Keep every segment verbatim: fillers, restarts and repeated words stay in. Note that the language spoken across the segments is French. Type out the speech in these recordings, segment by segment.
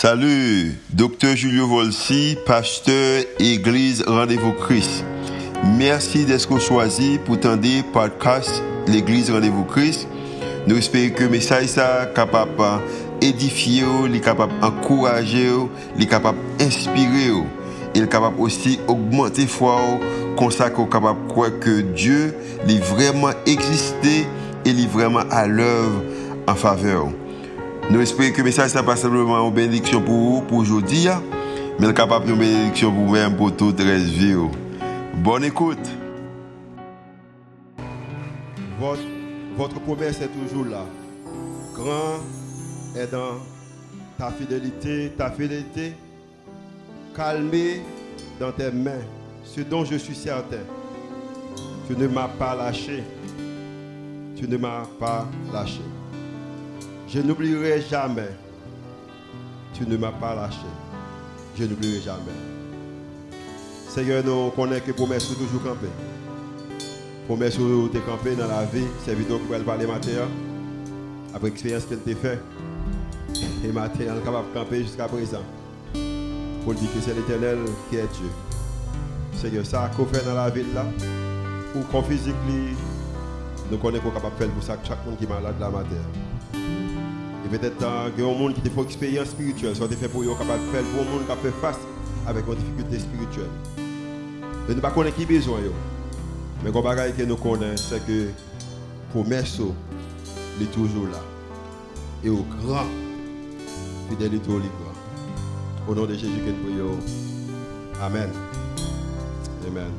Salut, docteur Julio Volsi, pasteur Église Rendez-vous Christ. Merci d'être choisi pour tendre podcast l'Église Rendez-vous Christ. Nous espérons que le message est capable d'édifier, capable d'encourager, capable d'inspirer, et capable aussi d'augmenter la foi, comme ça qu'on est capable de croire que Dieu est vraiment existé et est vraiment à l'œuvre en faveur. Nous espérons que le message n'est pas simplement une bénédiction pour vous, pour aujourd'hui, mais capable de une bénédiction pour vous-même, pour toute la vie. Bonne écoute. Votre, votre promesse est toujours là. Grand est dans ta fidélité, ta fidélité, calmée dans tes mains, ce dont je suis certain. Tu ne m'as pas lâché. Tu ne m'as pas lâché. Je n'oublierai jamais. Tu ne m'as pas lâché. Je n'oublierai jamais. Seigneur, nous connaissons que promesse sont toujours campées. Promesse sont campées dans la vie. C'est vidéo que vous parler matin. Après l'expérience qu'elle t'a fait. Et matin, elle est capable de camper jusqu'à présent. Pour dire que c'est l'Éternel qui est Dieu. Seigneur, ça qu'on fait dans la ville là. Ou qu'on physique, nous connaissons qu'on est capable de faire pour ça chaque monde qui est malade la matin. Et peut-être qu'il y a un monde qui a fait une expérience spirituelle, soit fait pour eux capable de faire pour un monde qui a fait face avec une difficulté spirituelle. Et nous ne connaissons pas qui besoin. Mais ce bagage que nous connaissons, c'est que pour Merceau, il est toujours là. Et au grand, fidélité au libre. Au nom de Jésus que nous prions. Amen. Amen.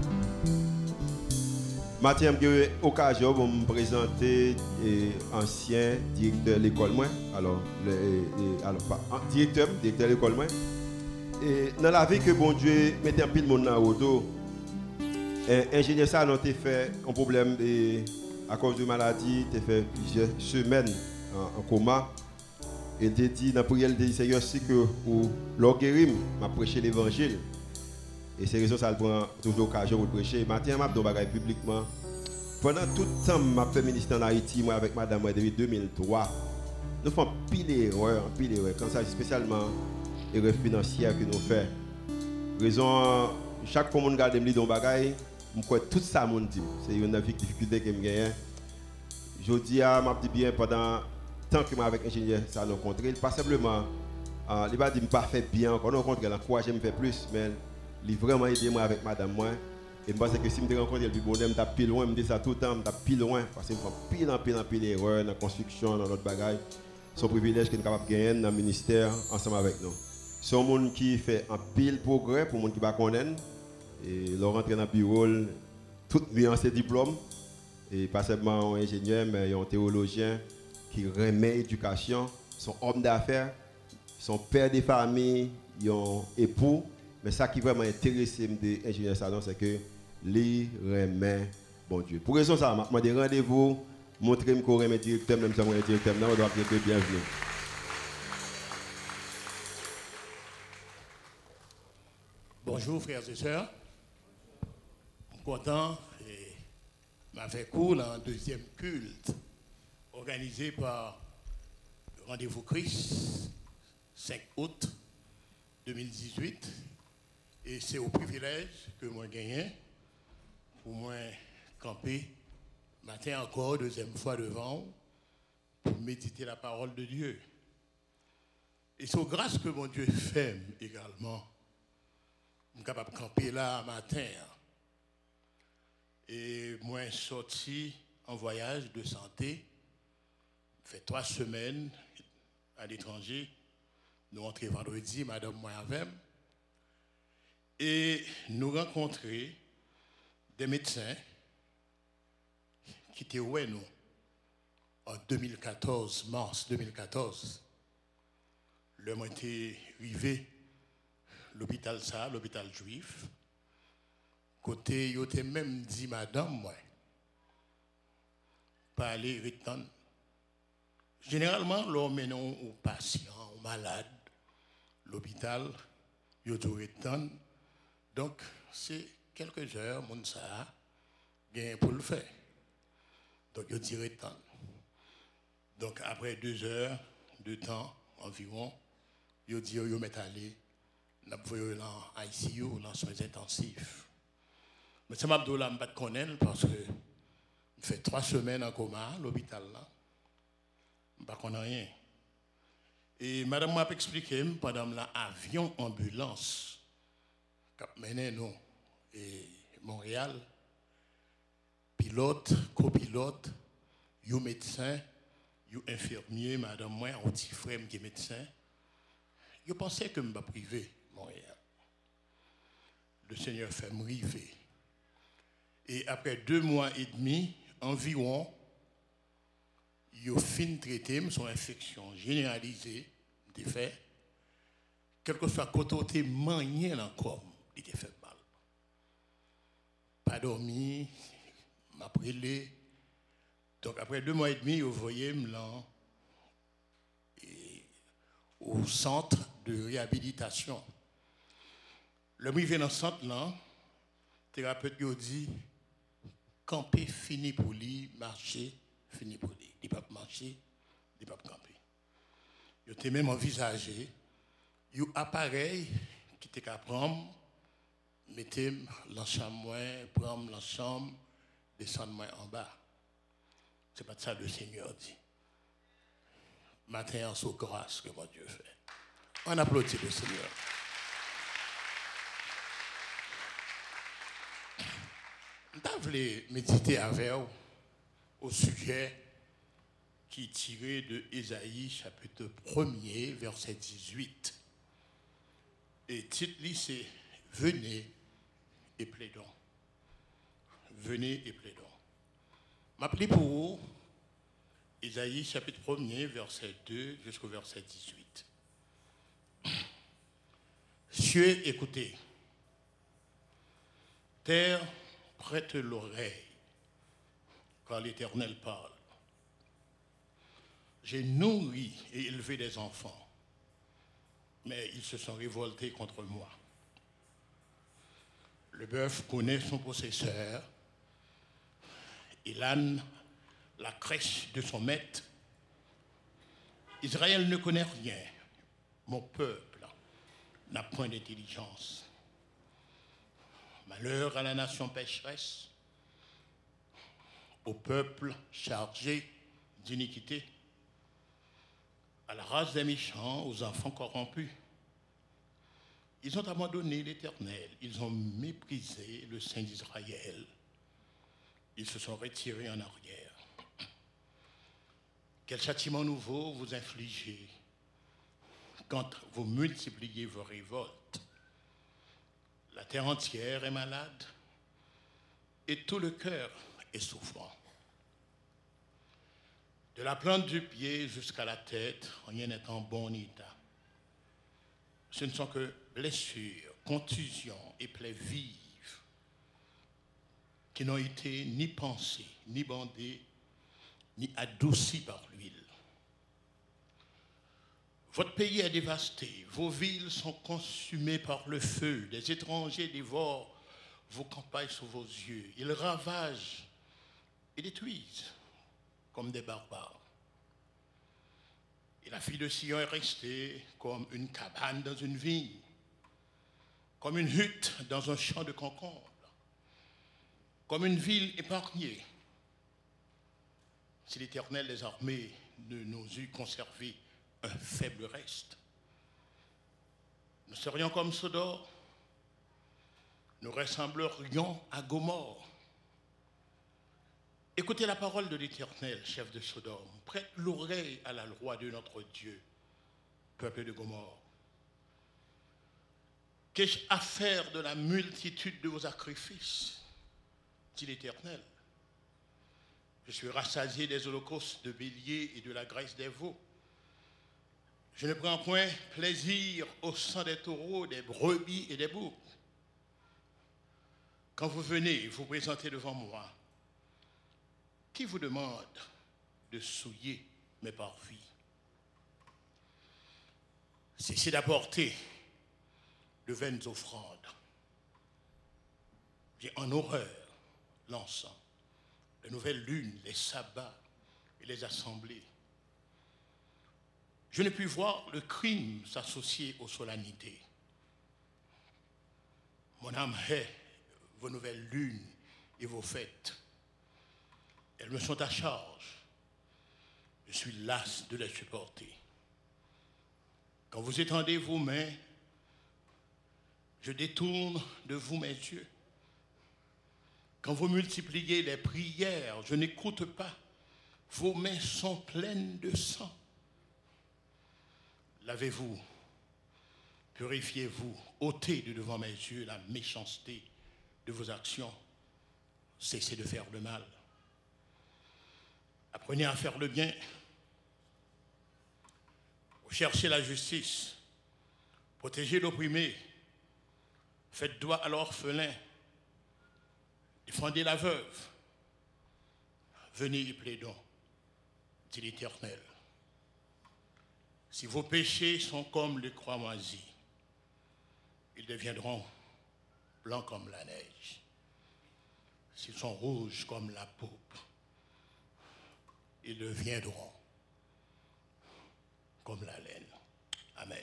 Mathieu, j'ai eu l'occasion de me présenter ancien directeur de l'école. Alors, le, alors pas, directeur, directeur de l'école. Et dans la vie que bon Dieu mettait un pile de monde dans le dos, l'ingénieur ça a fait un problème et, à cause de maladie, il a fait plusieurs semaines en, en coma. Et il a dit dans la prière, il a dit Seigneur, si que pour l'orgueil, m'a prêché l'évangile. Et c'est raison ça prend toujours l'occasion de prêcher. Matin, je vais faire publiquement. Pendant tout le temps, je fait ministère en Haïti, moi avec madame depuis deux mille trois. Nous faisons pile d'erreurs, pile d'erreurs. Quand ça, spécialement les erreurs financières que nous faisons. Raison, chaque fois que je regarde les gens bagaille, je crois tout ça mon dit. C'est une difficulté que je gagne. Je dis à ma petite bien pendant tant que je avec l'ingénieur ça nous rencontré, pas simplement, euh, il va dire pas fait bien, on rencontre, il encourage me faire plus, mais il a vraiment aidé moi avec madame moi. Et je pense que si je me rencontre, il bonhomme t'a pile loin, je me dis ça tout le temps, je pile loin parce que je fais pile en pile en pile d'erreurs dans la construction, dans notre bagaille. C'est un privilège qu'il est capable de gagner dans le ministère ensemble avec nous. C'est un monde qui fait un pile progrès pour les gens qui ne connaissent pas. Et leur rentrer dans le bureau, tout mis en ses diplômes. Et pas seulement un ingénieur, mais un théologien qui remet l'éducation, son homme d'affaires, son père de famille, un époux. Mais ça qui vraiment intéressé de l'ingénieur Salon, c'est que les remet bon Dieu. Pour raison ça, je demande rendez-vous, montrez-moi qu'on remet directeur, même si je suis directeur, on doit bien bienvenue. Bonjour frères et sœurs. Je suis content et m'a fait cours dans un deuxième culte organisé par Rendez-vous Christ, cinq août deux mille dix-huit. Et c'est au privilège que moi gagne pour moi camper matin encore, deuxième fois devant, pour méditer la parole de Dieu. Et c'est grâce que mon Dieu fait également, je suis capable de camper là matin. Et moi sorti en voyage de santé, fait trois semaines à l'étranger. Nous rentrons vendredi, madame moi avec. Et nous rencontrons des médecins qui étaient où nous en deux mille quatorze, mars deux mille quatorze. Le mois était arrivé l'hôpital ça, l'hôpital juif. Côté, il était même dit madame moi, pas aller retourner. Généralement, l'on mène aux patients, aux malades, l'hôpital, il doit retourner. Donc, c'est quelques heures, mon ça, gagne pour le faire. Donc, il dit retourne. Donc, après deux heures de temps environ, ils disent qu'ils mettent allé, nous avons dans I C U, dans soins intensifs. Mais ça m'a dit là, je ne connais pas parce que je fais trois semaines en coma à l'hôpital là. Je ne connais rien. Et madame m'a expliqué pendant l'avion ambulance qui menait nous et Montréal, pilote, copilote, you médecin, you infirmier, madame moi, un petit frère qui est médecin. Je pensais que je ne privé Montréal. Le Seigneur fait me river. Et après deux mois et demi environ, il a fini de traiter son infection généralisée, des faits. Quel que soit côté manié encore, il était fait mal. Pas dormi, m'a brûlé. Donc après deux mois et demi, vous voyez, là, au centre de réhabilitation. Le mi vient dans le centre là, le thérapeute lui dit camper fini pour lui, marcher fini pour lui. Il ne peut pas marcher, il ne peut pas camper. Il était même envisagé, il y a un appareil qui était qu'à prendre, mettez dans la chambre, prendre dans la chambre, descendre en bas. Ce n'est pas ça que le Seigneur dit. Matin en sous grâce que mon Dieu fait. On applaudit le Seigneur. Je voulais méditer avec vous au sujet qui est tiré de Ésaïe, chapitre premier, verset dix-huit. Et le titre, c'est « Venez et plaidons ». Venez et plaidons. Je m'appelle pour vous Ésaïe, chapitre premier, verset deux jusqu'au verset dix-huit. Cieux, écoutez. Terre, prête l'oreille, quand l'Éternel parle. J'ai nourri et élevé des enfants, mais ils se sont révoltés contre moi. Le bœuf connaît son possesseur, et l'âne la crèche de son maître. Israël ne connaît rien. Mon peuple n'a point d'intelligence. Malheur à la nation pécheresse, au peuple chargé d'iniquité, à la race des méchants, aux enfants corrompus. Ils ont abandonné l'Éternel, ils ont méprisé le Saint d'Israël, ils se sont retirés en arrière. Quel châtiment nouveau vous infligez quand vous multipliez vos révoltes? La terre entière est malade et tout le cœur est souffrant. De la plante du pied jusqu'à la tête, rien n'est en bon état. Ce ne sont que blessures, contusions et plaies vives qui n'ont été ni pensées, ni bandées, ni adoucies par l'huile. Votre pays est dévasté, vos villes sont consumées par le feu, des étrangers dévorent vos campagnes sous vos yeux. Ils ravagent et détruisent comme des barbares. Et la fille de Sion est restée comme une cabane dans une vigne, comme une hutte dans un champ de concombre, comme une ville épargnée. Si l'Éternel des armées ne nous eût conservé un faible reste, nous serions comme Sodome, nous ressemblerions à Gomorrhe. Écoutez la parole de l'Éternel, chef de Sodome. Prête l'oreille à la loi de notre Dieu, peuple de Gomorrhe. Qu'ai-je à faire de la multitude de vos sacrifices, dit l'Éternel? Je suis rassasié des holocaustes de béliers et de la graisse des veaux. Je ne prends point plaisir au sang des taureaux, des brebis et des boucs. Quand vous venez vous présenter devant moi, qui vous demande de souiller mes parvis? Cessez d'apporter de vaines offrandes. J'ai en horreur l'encens, les nouvelles lunes, les sabbats et les assemblées. je ne puis voir le crime s'associer aux solennités. Mon âme hait vos nouvelles lunes et vos fêtes. Elles me sont à charge. Je suis las de les supporter. Quand vous étendez vos mains, je détourne de vous mes yeux. Quand vous multipliez les prières, je n'écoute pas. Vos mains sont pleines de sang. Lavez-vous, purifiez-vous, ôtez de devant mes yeux la méchanceté de vos actions. Cessez de faire le mal. Apprenez à faire le bien. Cherchez la justice. Protégez l'opprimé. Faites droit à l'orphelin. Défendez la veuve. Venez y plaidons, dit l'Éternel. Si vos péchés sont comme le cramoisi, ils deviendront blancs comme la neige. S'ils sont rouges comme la pourpre, ils deviendront comme la laine. Amen.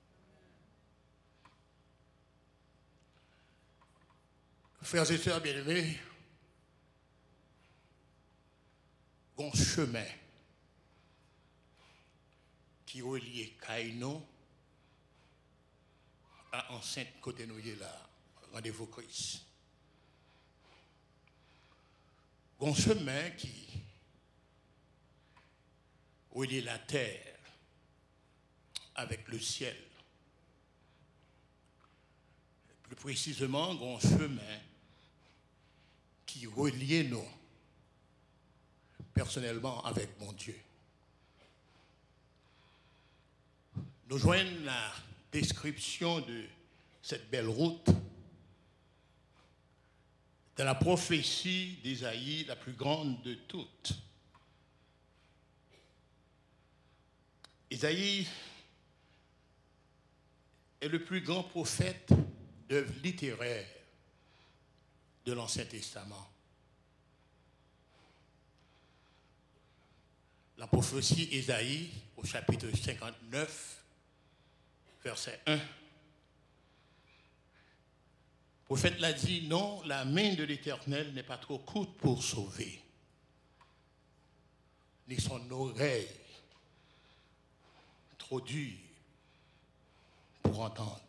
Frères et sœurs bien-aimés, un chemin qui relie Kaino à enceinte côté nous là, rendez-vous Christ. Un chemin qui relie la terre avec le ciel. Plus précisément, un chemin qui relie nous personnellement avec mon Dieu. Nous joignons la description de cette belle route dans la prophétie d'Ésaïe, la plus grande de toutes. Ésaïe est le plus grand prophète d'œuvres littéraires de l'Ancien Testament. La prophétie Ésaïe, au chapitre cinquante-neuf, verset un. Le prophète l'a dit, non, la main de l'Éternel n'est pas trop courte pour sauver, ni son oreille trop dure pour entendre.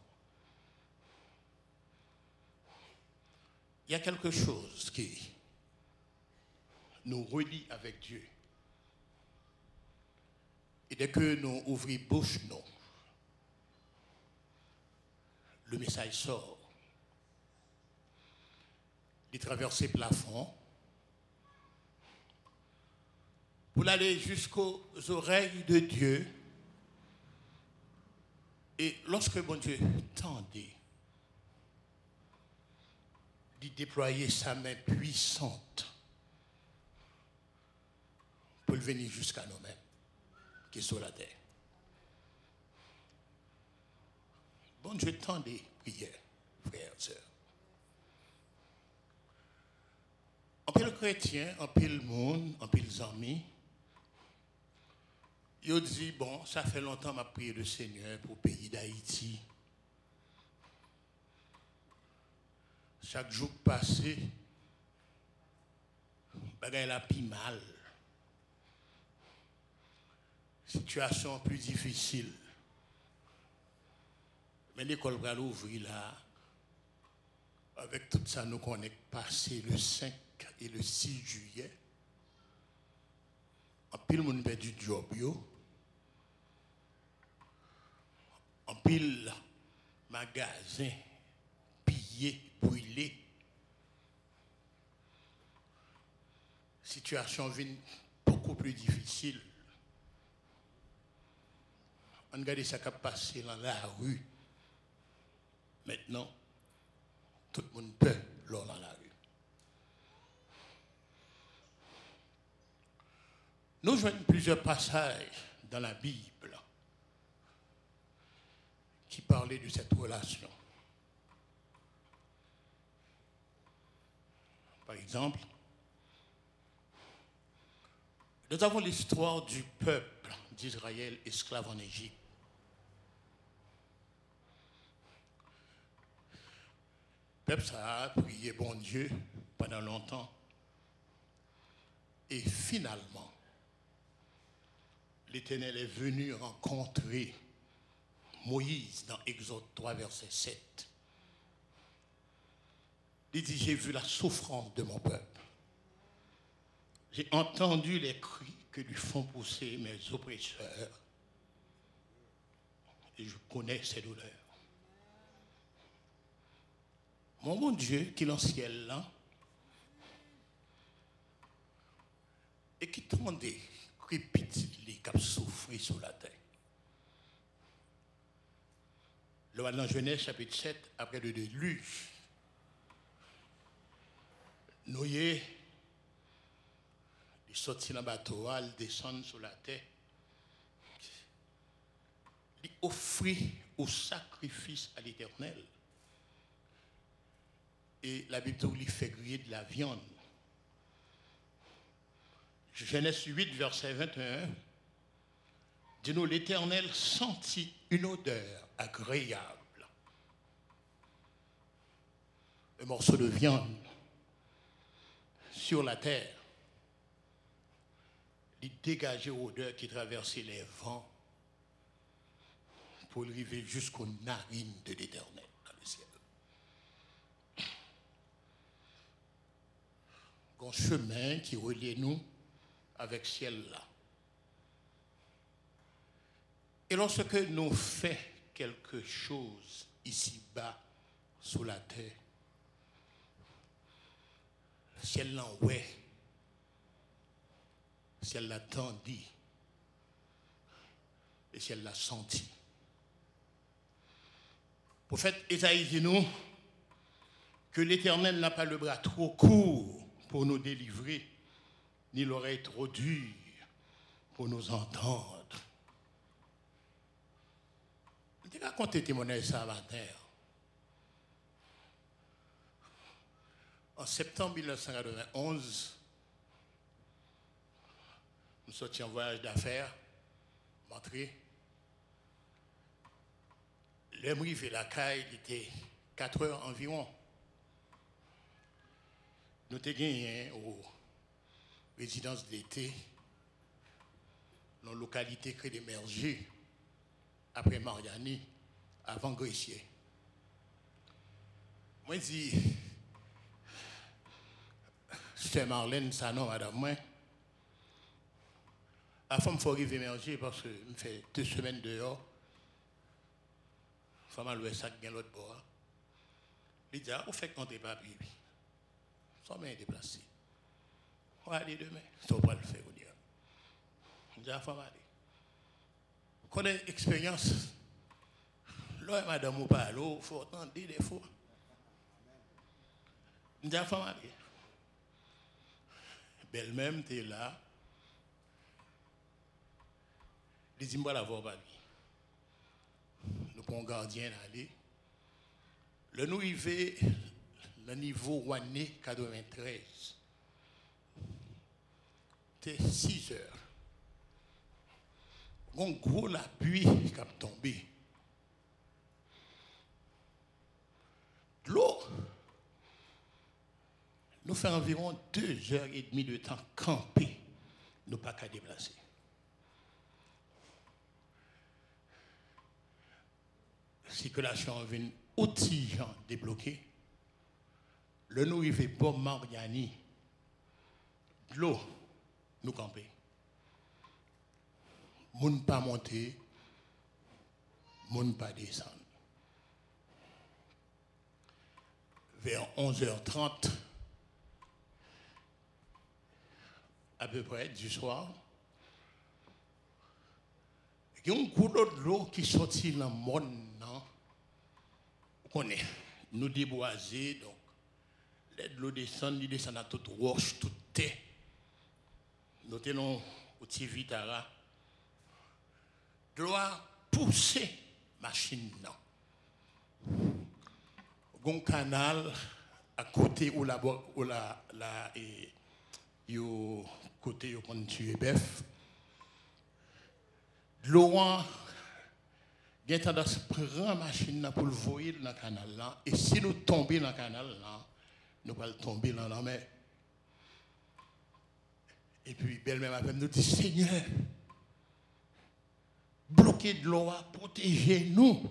Il y a quelque chose qui nous relie avec Dieu. Et dès que nous ouvrons bouche, nous, le message sort. Il traverse le plafond pour aller jusqu'aux oreilles de Dieu. Et lorsque bon Dieu tendait d'y déployer sa main puissante pour venir jusqu'à nous-mêmes, qui est sur la terre. Bon Dieu tendait prière, frères et sœurs. En pile chrétien, en pile monde, en pile amis, il dit, bon, ça fait longtemps que je prie le Seigneur pour le pays d'Haïti. Chaque jour passé, bagaille la pi mal. Situation plus difficile. Mais l'école va l'ouvrir là. Avec tout ça, nous connaissons passé le cinq et le six juillet. En pile, le monde perdu du job. En pile, magasin pillé, brûlé. Situation vient beaucoup plus difficile. On regarde ça qui a passé dans la rue. Maintenant, tout le monde peut l'or dans la rue. Nous joignons plusieurs passages dans la Bible qui parlaient de cette relation. Par exemple, nous avons l'histoire du peuple d'Israël esclaves en Égypte. Le peuple ça a prié bon Dieu pendant longtemps. Et finalement, l'Éternel est venu rencontrer Moïse dans Exode trois, verset sept. Il dit, j'ai vu la souffrance de mon peuple. J'ai entendu les cris que lui font pousser mes oppresseurs. Et je connais ses douleurs. Mon bon Dieu, qui est dans le ciel là, et qui tendait, crépite les qui souffrir sur la terre. Le dans Genèse chapitre sept, après le déluge, Noé, il sortit dans le bateau, il descend sur la terre, il offrit au sacrifice à l'Éternel. Et la Bible lui fait griller de la viande. Genèse huit, verset vingt et un, dit-nous, l'Éternel sentit une odeur agréable. Un morceau de viande sur la terre. Il dégageait l'odeur qui traversait les vents pour arriver jusqu'aux narines de l'Éternel dans le ciel. Un chemin qui relie nous avec ciel là. Et lorsque nous faisons quelque chose ici-bas sous la terre, ciel là ouais, ciel là tendit, et ciel là senti. Le prophète Ésaïe dit nous que l'Éternel n'a pas le bras trop court pour nous délivrer, ni l'oreille trop dure pour nous entendre. Je vais raconter témoignage ça matin. En septembre mille neuf cent quatre-vingt-onze, nous sortions en voyage d'affaires, m'entrée. Le rive et la caille, il était quatre heures environ. Nous avons gagné aux résidences d'été, dans la localité Cré des Mergers, après Mariani, avant Gressier. Moi, je dis, c'est Marlène, ça non, madame, moi. La femme, il faut arriver Merger parce que je fais deux semaines dehors. La femme a loué ça qui l'autre bord. Il dit, ah, vous faites compter papier. Sans main déplacée. On va aller demain. Ça va le faire, on dit. On dit, ah, femme, allez. Qu'on ait expérience. Là, madame, ou pas, il faut entendre des fois. On dit, ah, femme, allez. Belle-même, tu es là. Il dit, moi, la voir, pas lui. Nous prenons gardien aller. Le nous y va. Le niveau Rouennais quatre-vingt-treize. C'était six heures. Un gros la pluie qui a tombé. L'eau. Nous faisons environ deux heures et demie de temps camper. Nous pas qu'à déplacer. La circulation vient aussi débloquée. Le nous arrive bon Mariani, de l'eau, nous camper. Moun pas monter, moun pas descendre. Vers onze heures trente, à peu près du soir, il y a un coup d'eau de l'eau qui sortit dans le monde, non? On est, nous déboisés, donc. De l'eau descend, il descend à toute roche, toute terre. Nous tenons au petit Vitara. De l'eau a poussé machine. Un canal à côté où la où la la et yo côté où on tue bœuf. l'eau a tendance à prendre la machine pour le voyer dans le canal là. Et si nous tombons dans le canal là, nous allons tomber dans la mer. Et puis, belle-mère après nous dit, Seigneur, bloquez de l'eau, protégez-nous.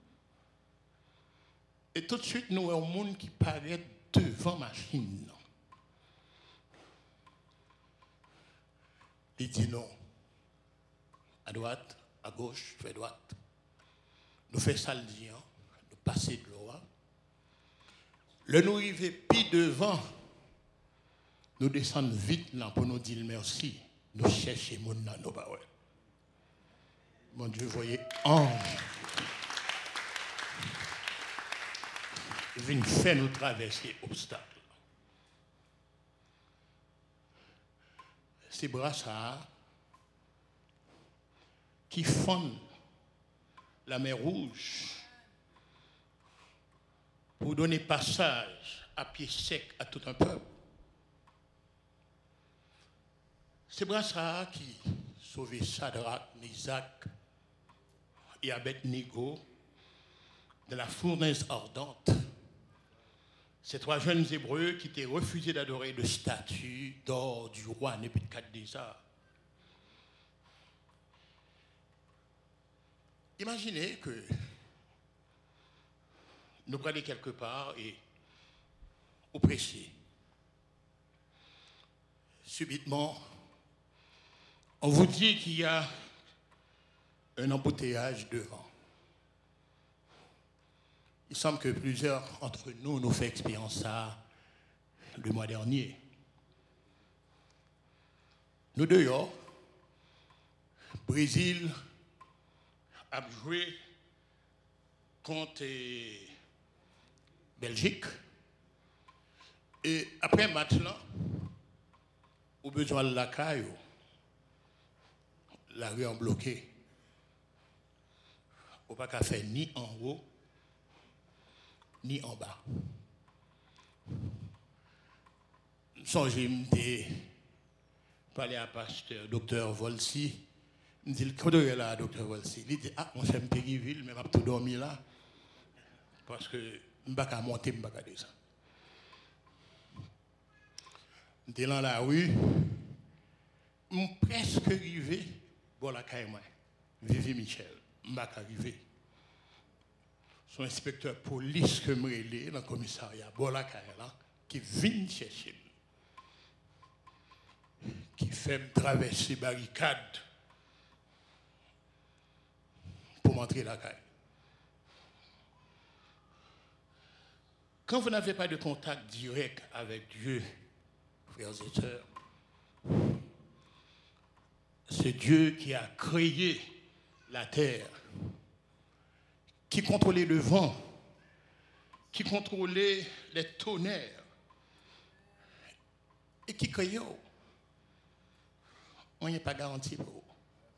Et tout de suite, nous avons un monde qui paraît devant la machine. Il dit non. À droite, à gauche, fais droite. Nous faisons ça le dire, nous passons de l'eau. Le nous arrivons puis devant. Nous descendons vite là pour nous dire merci. Nous cherchons mon dans nos paroles. Mon Dieu, voyez, ange. Il vient faire nous traverser obstacles. Ces brassards qui fondent la mer Rouge pour donner passage à pied sec à tout un peuple. C'est brassards qui sauvaient Shadrach, Meshach et Abednego de la fournaise ardente. Ces trois jeunes Hébreux qui étaient refusés d'adorer le statut d'or du roi Nebuchadnezzar. Imaginez que nous allons quelque part et oppressés. Subitement, on vous dit qu'il y a un embouteillage devant. Il semble que plusieurs d'entre nous nous fait expérience ça le mois dernier. Nous dehors, Brésil a joué contre Belgique. Et après un match là, au besoin de la caille, la rue en bloqué. On n'a pas faire ni en haut, ni en bas. Songez, je parler à pasteur, docteur Volsi. Je dis, quand est là, docteur Volsi? Il dit, ah, mon cher Périville, mais je vais tout dormir là. Parce que je ne vais pas monter, je ne vais pas descendre. Je suis dans la rue, je suis presque arrivé, bon, la caille, Vivi Michel, je ne vais pas arriver. Son inspecteur police que je me dans le commissariat, bon, la caille, qui vient chercher, qui fait me traverser barricade pour m'entrer la caille. Quand vous n'avez pas de contact direct avec Dieu, frères et sœurs, c'est Dieu qui a créé la terre, qui contrôlait le vent, qui contrôlait les tonnerres et qui créait. On n'est pas garanti pour vous.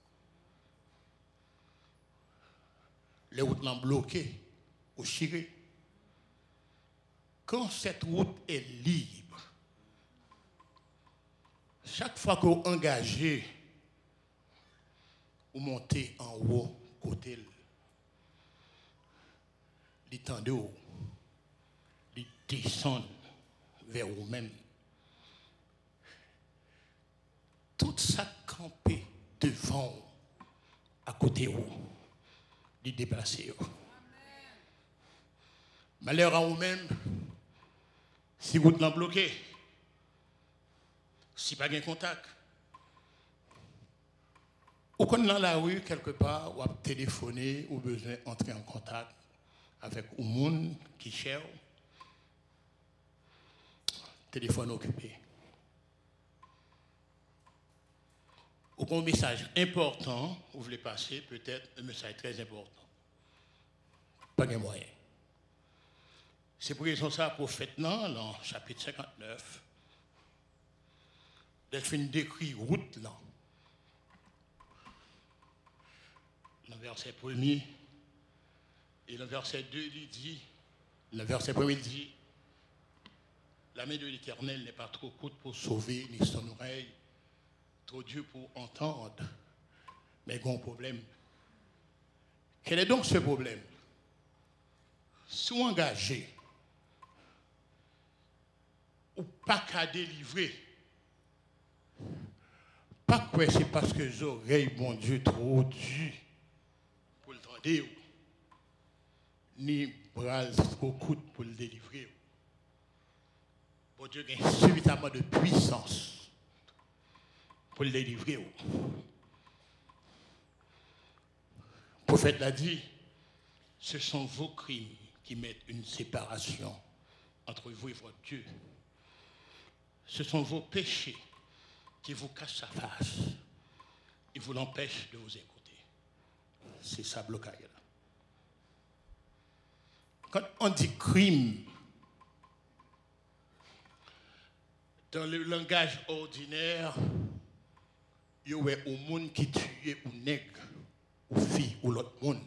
Les routes l'ont bloqué au Chiré. Quand cette route est libre, chaque fois que vous engagez, vous montez en haut, côté, les tendez haut, les descendent vers vous-même. Tout ça campé devant, à côté de vous, les déplacer. Malheur à vous-même, si vous l'avez bloqué, si pas de contact, ou quand dans la rue, quelque part, ou à téléphoner, ou besoin d'entrer en contact avec un monde qui cherche, téléphone occupé. Ou un message important, vous voulez passer, peut-être un message très important. Pas de moyen. C'est pour raison ça, prophète, dans le chapitre cinquante-neuf, il fait une décrit route là. Le verset premier et le verset deux, il dit, le verset premier dit, la main de l'Éternel n'est pas trop courte pour sauver, ni son oreille trop Dieu pour entendre, Mais il y a un problème. Quel est donc ce problème? Si vous engagez, ou pas qu'à délivrer, pas quoi c'est parce que les oreilles, bon Dieu, trop dures pour le tendre, ni bras trop courts pour le délivrer. Bon Dieu a suffisamment de puissance pour le délivrer. Le prophète l'a dit, ce sont vos crimes qui mettent une séparation entre vous et votre Dieu. Ce sont vos péchés qui vous cachent sa face et vous l'empêchent de vous écouter. C'est ça blocage là. Quand on dit crime, dans le langage ordinaire, il y aurait un monde qui tuait ou nègre, ou fille, ou l'autre monde.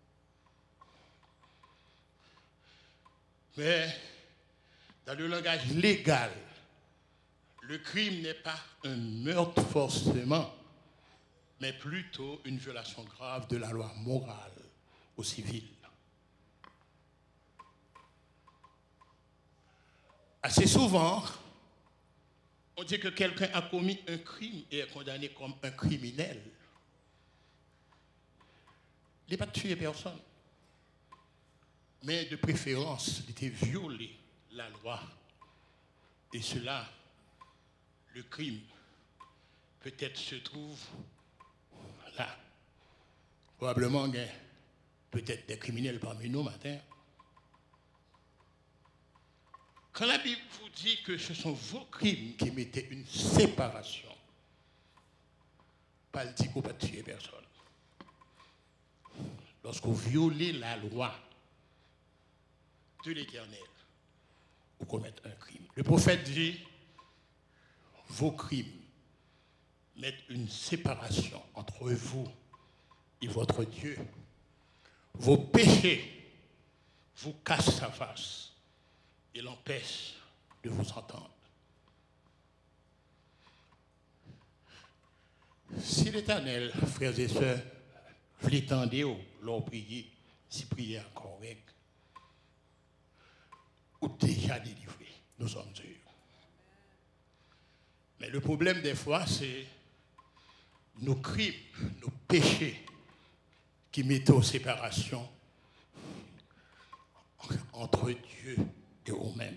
Mais dans le langage légal, le crime n'est pas un meurtre forcément, mais plutôt une violation grave de la loi morale ou civile. Assez souvent, on dit que quelqu'un a commis un crime et est condamné comme un criminel. Il n'a pas tué personne. Mais de préférence, il était violé la loi. Et cela, le crime, peut-être se trouve là. Probablement, il y a peut-être des criminels parmi nous matin. Quand la Bible vous dit que ce sont vos crimes qui mettaient une séparation, pas le dit qu'on ne peut pas tuer personne. Lorsque vous violez la loi de l'Éternel, vous commettez un crime. Le prophète dit, vos crimes mettent une séparation entre vous et votre Dieu. Vos péchés vous cachent sa face et l'empêchent de vous entendre. Si l'Éternel, frères et sœurs, vous l'étendez ou leur prier, si prier est correct, ou déjà délivré, nous sommes sûrs. Mais le problème des fois, c'est nos crimes, nos péchés qui mettent en séparation entre Dieu et nous-mêmes.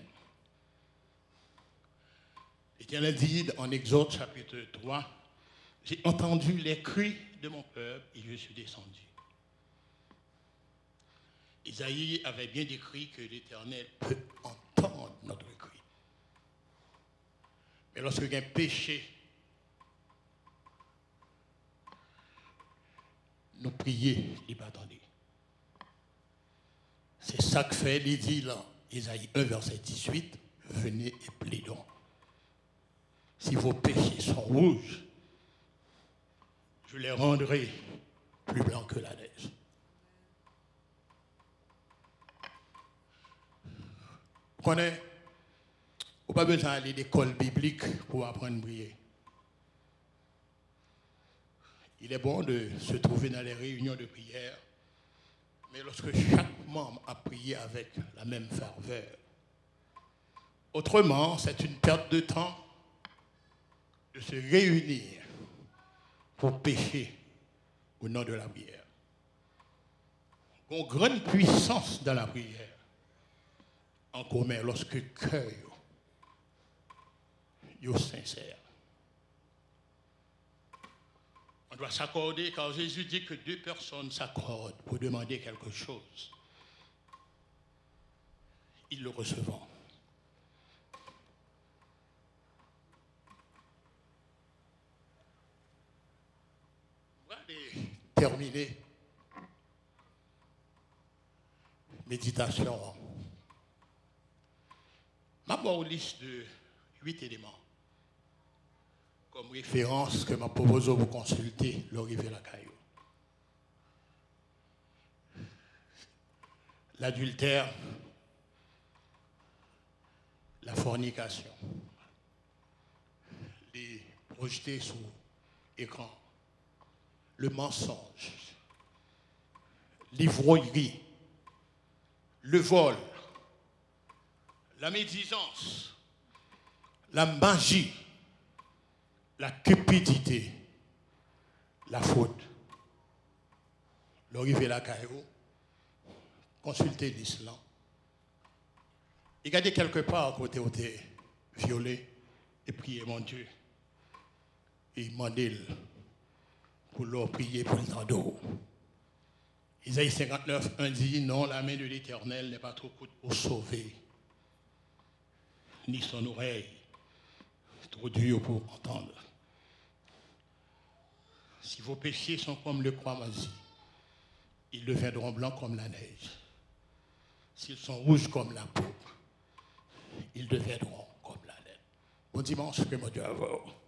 L'Éternel dit en Exode chapitre trois, j'ai entendu les cris de mon peuple et je suis descendu. Isaïe avait bien décrit que l'Éternel peut entendre notre cri. Mais lorsque il y a un péché, nous prions, il va attendre. C'est ça que fait, il dit là, Isaïe un, verset dix-huit, venez et plaidons. Si vos péchés sont rouges, je les rendrai plus blancs que la neige. Vous connaissez, vous n'avez pas besoin d'aller à l'école biblique pour apprendre à prier. Il est bon de se trouver dans les réunions de prière, mais lorsque chaque membre a prié avec la même ferveur. Autrement, c'est une perte de temps de se réunir pour pécher au nom de la prière. Il y a une grande puissance dans la prière en commun lorsque le cœur est sincère. On doit s'accorder, car Jésus dit que deux personnes s'accordent pour demander quelque chose. Ils le recevront. Terminé. Méditation. Ma bonne liste de huit éléments comme référence que m'a proposé vous consulter l'arrivée la caillou. L'adultère, la fornication, les projetés sous écran, le mensonge, l'ivrognerie, le vol, la médisance, la magie, la cupidité, la faute. L'arrivée la Cairo, consulter l'islam. Regardez quelque part côté où t'es violé et prier mon Dieu. Et demander pour leur prier pour le temps d'eau. Isaïe cinquante-neuf, un dit, non, la main de l'Éternel n'est pas trop courte pour sauver, ni son oreille trop dure pour entendre. Si vos péchés sont comme le cramoisi, ils deviendront blancs comme la neige. S'ils sont rouges comme la peau, ils deviendront comme la laine. Bon dimanche, que mon Dieu à vous.